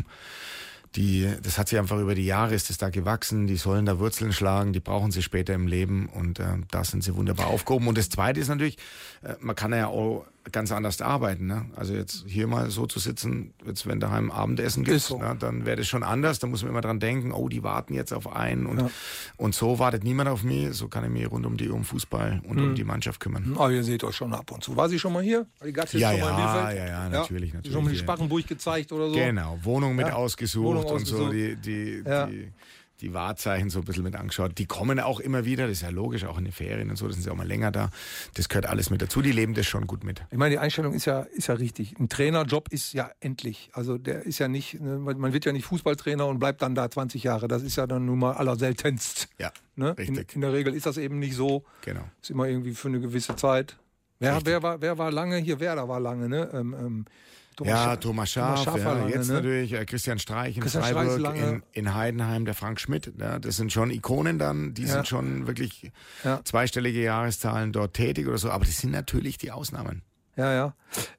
Speaker 6: Die, das hat sich einfach über die Jahre, ist das da gewachsen, die sollen da Wurzeln schlagen, die brauchen sie später im Leben und äh, da sind sie wunderbar aufgehoben. Und das Zweite ist natürlich, äh, man kann ja auch ganz anders arbeiten. Ne? Also jetzt hier mal so zu sitzen, jetzt wenn daheim Abendessen gibt,
Speaker 5: so.
Speaker 6: ne, dann wäre das schon anders. Da muss man immer dran denken, oh, die warten jetzt auf einen. Und,
Speaker 5: Ja.
Speaker 6: und so wartet niemand auf mich. So kann ich mich rund um die um Fußball und um die Mannschaft kümmern.
Speaker 5: Aber ihr seht euch schon ab und zu. War sie schon mal hier? War die Gatze
Speaker 6: Ja,
Speaker 5: schon mal in
Speaker 6: ja,
Speaker 5: Bielefeld?
Speaker 6: ja, ja, natürlich, natürlich.
Speaker 5: Schon mal die Sparrenburg gezeigt oder so?
Speaker 6: Genau, Wohnung mit
Speaker 5: Ja.
Speaker 6: ausgesucht
Speaker 5: Wohnung
Speaker 6: und so
Speaker 5: ausgesucht.
Speaker 6: die, die,
Speaker 5: Ja.
Speaker 6: die, die Wahrzeichen so ein bisschen mit angeschaut. Die kommen auch immer wieder, das ist ja logisch, auch in den Ferien und so, das sind sie auch mal länger da. Das gehört alles mit dazu, die leben das schon gut mit.
Speaker 5: Ich meine, die Einstellung ist ja, ist ja richtig. Ein Trainerjob ist ja endlich. Also der ist ja nicht, ne, man wird ja nicht Fußballtrainer und bleibt dann da zwanzig Jahre. Das ist ja dann nun mal allerseltenst.
Speaker 6: Ja,
Speaker 5: Ne? In,
Speaker 6: richtig.
Speaker 5: in der Regel ist das eben nicht so.
Speaker 6: Genau.
Speaker 5: Ist immer irgendwie für eine gewisse Zeit. Wer,
Speaker 6: Richtig.
Speaker 5: wer, war, wer war lange hier? Werder war lange, ne? Ähm, ähm, Thomas
Speaker 6: Ja,
Speaker 5: Scha-
Speaker 6: Thomas Schaaf,
Speaker 5: war
Speaker 6: ja,
Speaker 5: lange,
Speaker 6: jetzt
Speaker 5: ne?
Speaker 6: natürlich äh, Christian Streich in
Speaker 5: Christian Streich
Speaker 6: Freiburg,
Speaker 5: lange.
Speaker 6: in, in Heidenheim der Frank Schmidt. Ja, das sind schon Ikonen dann, die
Speaker 5: Ja.
Speaker 6: sind schon wirklich
Speaker 5: Ja.
Speaker 6: zweistellige Jahreszahlen dort tätig oder so, aber das sind natürlich die Ausnahmen.
Speaker 5: Ja, ja.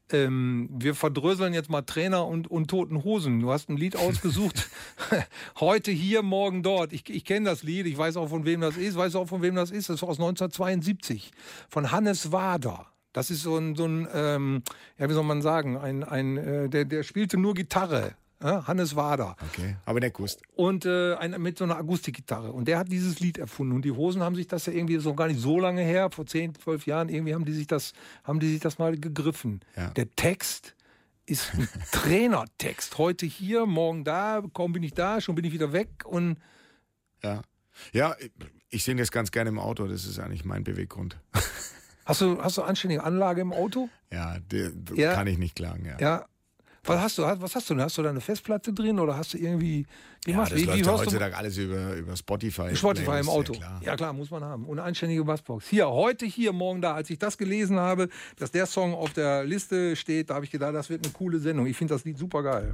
Speaker 5: Ähm, wir verdröseln jetzt mal Trainer und, und Toten Hosen. Du hast ein Lied ausgesucht. Heute hier, morgen dort. Ich, ich kenne das Lied. Ich weiß auch, von wem das ist. Weiß auch, von wem das ist. Das ist aus neunzehnhundertzweiundsiebzig. Von Hannes Wader. Das ist so ein, so ein ähm, ja, wie soll man sagen, ein, ein, äh, der, der spielte nur Gitarre. Ja, Hannes Wader.
Speaker 6: Okay, aber der gewusst.
Speaker 5: Und äh, ein, mit so einer Akustikgitarre. Und der hat dieses Lied erfunden. Und die Hosen haben sich das ja irgendwie, das ist noch gar nicht so lange her, vor zehn, zwölf Jahren, irgendwie haben die sich das, haben die sich das mal gegriffen.
Speaker 6: Ja.
Speaker 5: Der Text ist ein Trainertext. Heute hier, morgen da, kaum bin ich da, schon bin ich wieder weg. Und
Speaker 6: Ja, ja, ich singe das ganz gerne im Auto, das ist eigentlich mein Beweggrund.
Speaker 5: hast du, hast du anständige Anlage im Auto?
Speaker 6: Ja, der,
Speaker 5: Ja.
Speaker 6: kann ich nicht klagen, ja.
Speaker 5: Ja. Was hast du? Was hast du? Hast du da eine Festplatte drin oder hast du irgendwie? Wie
Speaker 6: Ja,
Speaker 5: machst,
Speaker 6: das
Speaker 5: wie,
Speaker 6: läuft
Speaker 5: wie
Speaker 6: ja
Speaker 5: hörst du?
Speaker 6: heutzutage alles über, über Spotify.
Speaker 5: Spotify
Speaker 6: Playlist,
Speaker 5: im Auto.
Speaker 6: Ja, klar.
Speaker 5: Ja klar, muss man haben. Und eine anständige Bassbox. Hier, heute hier, morgen da. Als ich das gelesen habe, dass der Song auf der Liste steht, da habe ich gedacht, das wird eine coole Sendung. Ich finde das Lied super geil.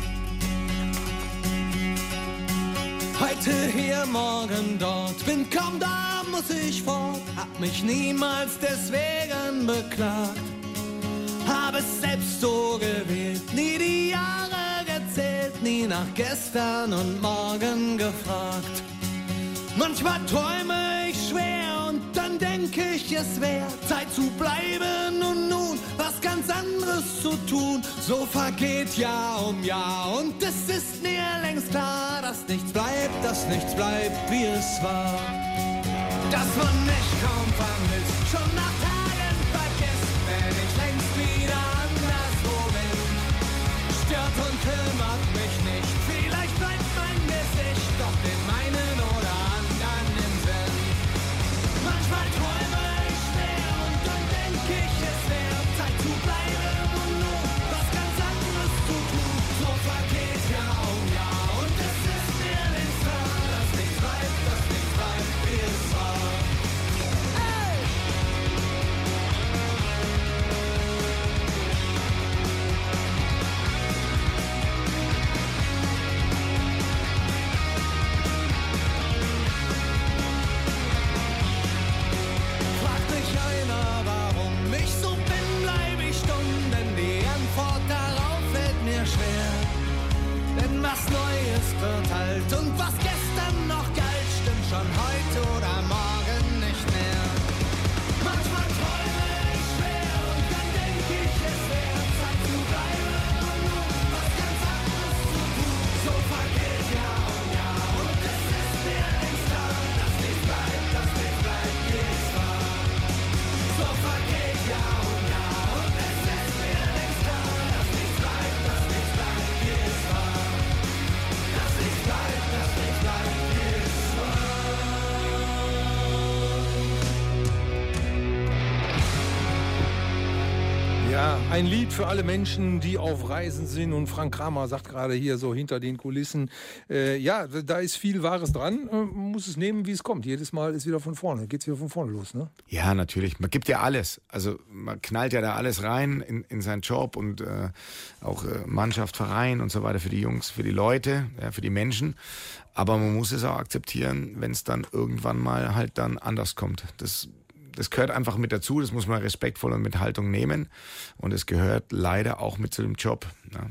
Speaker 8: Heute hier, morgen dort, bin kaum da, muss ich fort, hab mich niemals deswegen beklagt. Hab es selbst so gewählt, nie die Jahre gezählt, nie nach gestern und morgen gefragt. Manchmal träume ich schwer und dann denke ich, es wäre Zeit zu bleiben und nun was ganz anderes zu tun. So vergeht Jahr um Jahr und es ist mir längst klar, dass nichts bleibt, dass nichts bleibt, wie es war. Dass man mich kaum vermisst, schon nach Tagen vergisst, wenn ich längst wieder anderswo bin. Stört und kümmert mich nicht, vielleicht bleibt mein Gesicht doch in meinen oder anderen im Sinn. Manchmal träume ich schwer und dann denke ich, es wäre Zeit zu bleiben und nun was ganz anderes zu tun. So vergeht Jahr um Jahr und es ist mir längst klar, dass nichts bleibt, dass nichts bleibt, wie es war. Hey! Fragt mich einer, warum ich so bin, bleib ich stumm, denn die Antwort darauf fällt mir schwer. Denn was Neues wird halt und was gestern noch galt, stimmt schon heute oder morgen nicht mehr. Manchmal träume ich schwer und dann denke ich, es wäre Zeit zu bleiben und nun was ganz anderes zu tun. So vergeht Jahr um Jahr und es ist mir längst klar, dass nichts bleibt, dass nichts bleibt, wie es war. So vergeht Jahr um Jahr und es ist mir längst klar, dass nichts bleibt, dass nichts bleibt, wie es war. Dass nichts bleibt, dass nichts bleibt, wie es war.
Speaker 5: Ja, ein Lied für alle Menschen, die auf Reisen sind. Und Frank Kramer sagt gerade hier so hinter den Kulissen, äh, ja, da ist viel Wahres dran. Äh, man muss es nehmen, wie es kommt. Jedes Mal ist wieder von vorne, geht's wieder von vorne los, ne?
Speaker 6: Ja, natürlich. Man gibt ja alles. Also man knallt ja da alles rein in, in seinen Job und äh, auch äh, Mannschaft, Verein und so weiter für die Jungs, für die Leute, ja, für die Menschen. Aber man muss es auch akzeptieren, wenn es dann irgendwann mal halt dann anders kommt. Das Das gehört einfach mit dazu, das muss man respektvoll und mit Haltung nehmen. Und es gehört leider auch mit zu dem Job.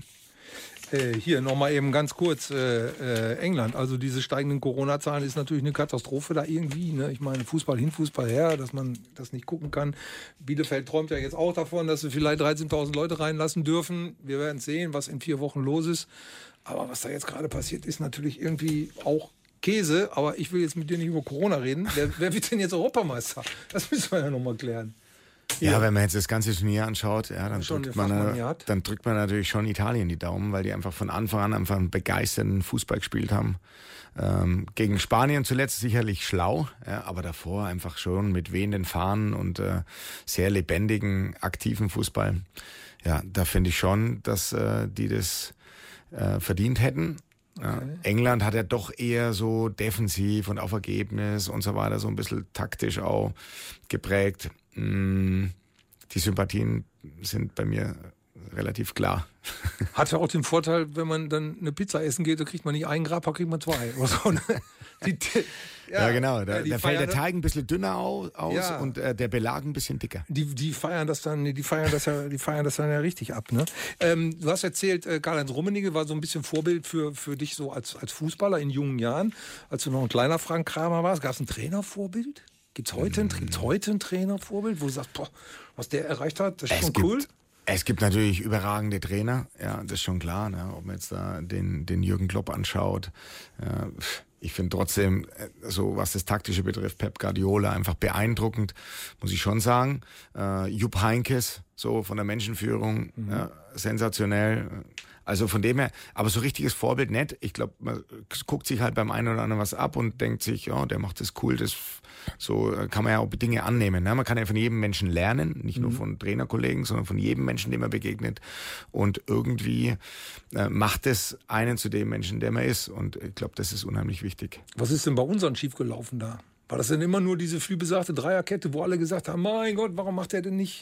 Speaker 6: Ja.
Speaker 5: Äh, hier nochmal eben ganz kurz, äh, äh, England, also diese steigenden Corona-Zahlen ist natürlich eine Katastrophe da irgendwie. Ne? Ich meine, Fußball hin, Fußball her, dass man das nicht gucken kann. Bielefeld träumt ja jetzt auch davon, dass sie vielleicht dreizehntausend Leute reinlassen dürfen. Wir werden sehen, was in vier Wochen los ist. Aber was da jetzt gerade passiert, ist natürlich irgendwie auch Käse, aber ich will jetzt mit dir nicht über Corona reden. Wer, wer wird denn jetzt Europameister? Das müssen wir ja nochmal klären.
Speaker 6: Ja,
Speaker 5: Ja.
Speaker 6: wenn man jetzt das ganze Turnier anschaut, ja, dann,
Speaker 5: Schon
Speaker 6: drückt
Speaker 5: eine
Speaker 6: man,
Speaker 5: Fachmaniat.
Speaker 6: äh, dann drückt man natürlich schon Italien die Daumen, weil die einfach von Anfang an einfach einen begeisternden Fußball gespielt haben. Ähm, gegen Spanien zuletzt sicherlich schlau, ja, aber davor einfach schon mit wehenden Fahnen und äh, sehr lebendigen, aktiven Fußball. Ja, da finde ich schon, dass äh, die das äh, verdient hätten. Ja,
Speaker 5: Okay.
Speaker 6: England hat ja doch eher so defensiv und auf Ergebnis und so weiter, so ein bisschen taktisch auch geprägt. Mm, Die Sympathien sind bei mir relativ klar.
Speaker 5: Hat ja auch den Vorteil, wenn man dann eine Pizza essen geht, da kriegt man nicht einen Grappa, kriegt man zwei. Oder so. Die, die,
Speaker 6: Ja, genau. Da,
Speaker 5: ja, die
Speaker 6: da fällt der
Speaker 5: feiern-
Speaker 6: Teig ein bisschen dünner au- aus
Speaker 5: Ja.
Speaker 6: und äh, der Belag ein bisschen dicker.
Speaker 5: Die, die feiern das dann, die feiern das ja, die feiern das dann ja richtig ab, ne? Ähm, du hast erzählt, äh, Karl-Heinz Rummenigge war so ein bisschen Vorbild für, für dich so als, als Fußballer in jungen Jahren, als du noch ein kleiner Frank Kramer warst. Gab es ein Trainervorbild? Gibt's heute, ein, gibt's heute ein Trainervorbild, wo du sagst, boah, was der erreicht hat, das ist
Speaker 6: Es
Speaker 5: schon
Speaker 6: gibt,
Speaker 5: cool?
Speaker 6: Es gibt natürlich überragende Trainer, ja, das ist schon klar. Ne? Ob man jetzt da den, den Jürgen Klopp anschaut, ja, ich finde trotzdem, so was das Taktische betrifft, Pep Guardiola einfach beeindruckend, muss ich schon sagen. Äh, Jupp Heynckes, so von der Menschenführung, mhm. ja, sensationell. Also von dem her, aber so richtiges Vorbild nicht. Ich glaube, man guckt sich halt beim einen oder anderen was ab und denkt sich, oh, der macht das cool, das so kann man ja auch Dinge annehmen. Ne? Man kann ja von jedem Menschen lernen, nicht nur von Trainerkollegen, sondern von jedem Menschen, dem man begegnet. Und irgendwie äh, macht es einen zu dem Menschen, der man ist. Und ich glaube, das ist unheimlich wichtig.
Speaker 5: Was ist denn bei unseren schiefgelaufen da? War das denn immer nur diese vielbesagte Dreierkette, wo alle gesagt haben, mein Gott, warum macht er denn nicht?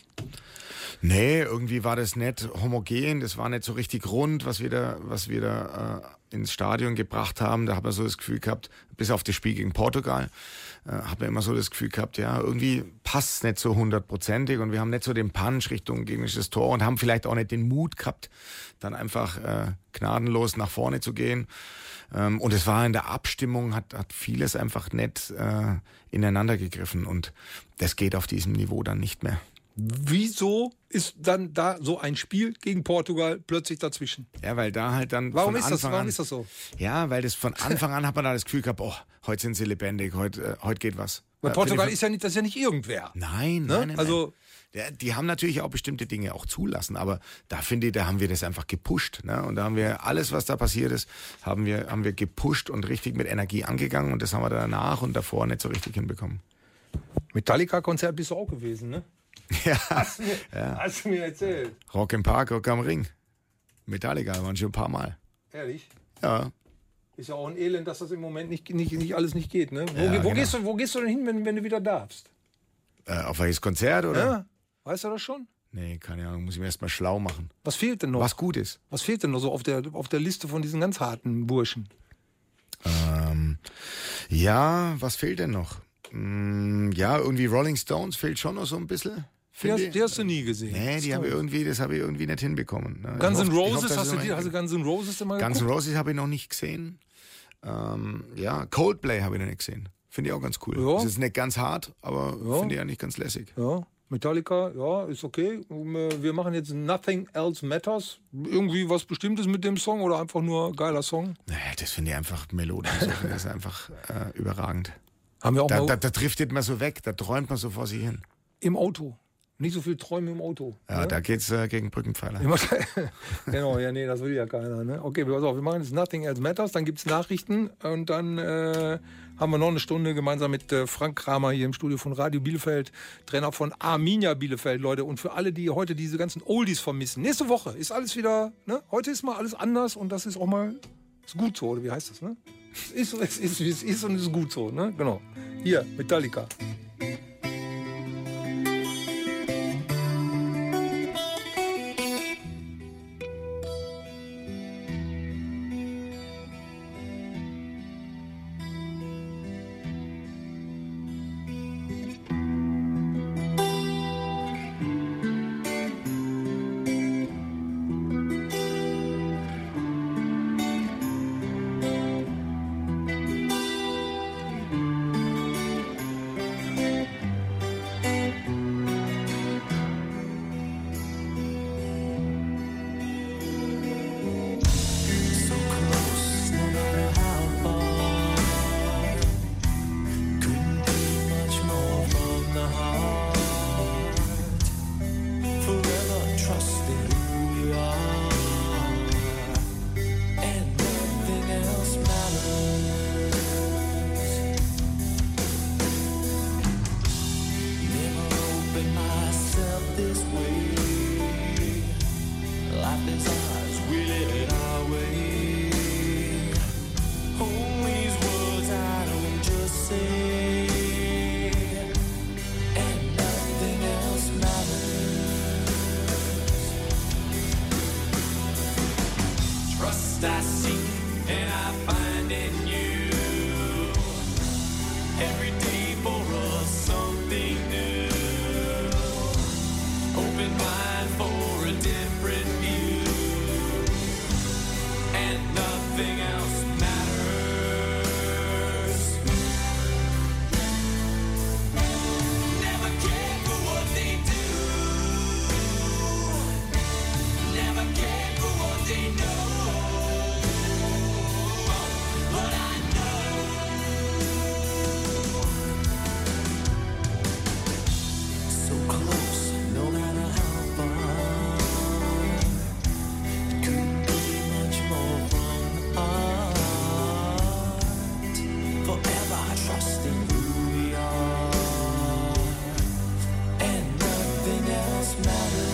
Speaker 6: Nee, irgendwie war das nicht homogen, das war nicht so richtig rund, was wir da, was wir da äh, ins Stadion gebracht haben. Da hat man so das Gefühl gehabt, bis auf das Spiel gegen Portugal, äh, hat man immer so das Gefühl gehabt, ja, irgendwie passt es nicht so hundertprozentig und wir haben nicht so den Punch Richtung gegnerisches Tor und haben vielleicht auch nicht den Mut gehabt, dann einfach äh, gnadenlos nach vorne zu gehen. Ähm, und es war in der Abstimmung, hat, hat vieles einfach nicht äh, ineinander gegriffen und das geht auf diesem Niveau dann nicht mehr.
Speaker 5: Wieso ist dann da so ein Spiel gegen Portugal plötzlich dazwischen?
Speaker 6: Ja, weil da halt dann
Speaker 5: Warum,
Speaker 6: von
Speaker 5: ist,
Speaker 6: Anfang
Speaker 5: das, warum
Speaker 6: an,
Speaker 5: ist das so?
Speaker 6: Ja, weil das von Anfang an hat man da das Gefühl gehabt, oh, heute sind sie lebendig, heute, äh, heute geht was.
Speaker 5: Weil
Speaker 6: Äh,
Speaker 5: Portugal
Speaker 6: für die-
Speaker 5: ist ja nicht, das ist ja nicht irgendwer.
Speaker 6: Nein,
Speaker 5: Ne?
Speaker 6: nein, nein.
Speaker 5: Also-
Speaker 6: nein. Ja, die haben natürlich auch bestimmte Dinge auch zulassen, aber da finde ich, da haben wir das einfach gepusht. Ne? Und da haben wir alles, was da passiert ist, haben wir, haben wir gepusht und richtig mit Energie angegangen und das haben wir danach und davor nicht so richtig hinbekommen.
Speaker 5: Metallica-Konzert bist du auch gewesen, ne?
Speaker 6: Ja,
Speaker 5: Hast du mir, hast du mir erzählt.
Speaker 6: Rock im Park, Rock am Ring. Metallica waren schon ein paar Mal.
Speaker 5: Ehrlich?
Speaker 6: Ja.
Speaker 5: Ist ja auch ein Elend, dass das im Moment nicht, nicht, nicht alles nicht geht, ne? Wo,
Speaker 6: Ja,
Speaker 5: ge- wo,
Speaker 6: genau.
Speaker 5: gehst du, wo gehst du denn hin, wenn, wenn du wieder darfst?
Speaker 6: Äh, auf welches Konzert, oder?
Speaker 5: Ja? Weißt du das schon?
Speaker 6: Nee, keine Ahnung, muss ich mir erst mal schlau machen.
Speaker 5: Was fehlt denn noch?
Speaker 6: Was gut ist.
Speaker 5: Was fehlt denn noch so auf der, auf der Liste von diesen ganz harten Burschen?
Speaker 6: Ähm, ja, was fehlt denn noch? Mm, ja, irgendwie Rolling Stones fehlt schon noch so ein bisschen.
Speaker 5: Die
Speaker 6: finde
Speaker 5: hast,
Speaker 6: ich.
Speaker 5: die hast du nie gesehen.
Speaker 6: Nee, die
Speaker 5: Das
Speaker 6: habe ich
Speaker 5: ist
Speaker 6: irgendwie, das habe ich irgendwie nicht hinbekommen. Ne?
Speaker 5: Guns
Speaker 6: Ich
Speaker 5: N'
Speaker 6: hoffe- ich
Speaker 5: Roses,
Speaker 6: hoffe, dass
Speaker 5: hast,
Speaker 6: es
Speaker 5: du
Speaker 6: noch
Speaker 5: die, hast du Guns N' Roses denn mal
Speaker 6: Guns N'
Speaker 5: geguckt?
Speaker 6: Roses habe ich noch nicht gesehen. Ähm, ja, Coldplay habe ich noch nicht gesehen. Finde ich auch ganz cool.
Speaker 5: Ja.
Speaker 6: Das ist nicht ganz hart, aber
Speaker 5: Ja.
Speaker 6: finde ich eigentlich ganz lässig.
Speaker 5: Ja, Metallica, ja, ist okay. Um, äh, Wir machen jetzt Nothing Else Matters. Irgendwie was Bestimmtes mit dem Song oder einfach nur geiler Song?
Speaker 6: Naja, das finde ich einfach melodisch. So finde ich das einfach äh, überragend.
Speaker 5: Haben wir auch
Speaker 6: Da,
Speaker 5: mal
Speaker 6: da, da driftet man so weg, da träumt man so vor sich hin.
Speaker 5: im Auto. Nicht so viel Träume im Auto.
Speaker 6: Ja,
Speaker 5: ne?
Speaker 6: da geht's äh, gegen Brückenpfeiler.
Speaker 5: Immer- genau, ja, nee, das will ja keiner. Ne? Okay, pass auf, wir machen jetzt Nothing Else Matters, dann gibt es Nachrichten und dann äh, haben wir noch eine Stunde gemeinsam mit äh, Frank Kramer hier im Studio von Radio Bielefeld, Trainer von Arminia Bielefeld, Leute. Und für alle, die heute diese ganzen Oldies vermissen, nächste Woche ist alles wieder, ne? Heute ist mal alles anders und das ist auch mal ist gut so, oder wie heißt das, ne? Es ist, es ist, wie es ist und es ist gut so, ne? Genau. Hier, Metallica.
Speaker 8: matter.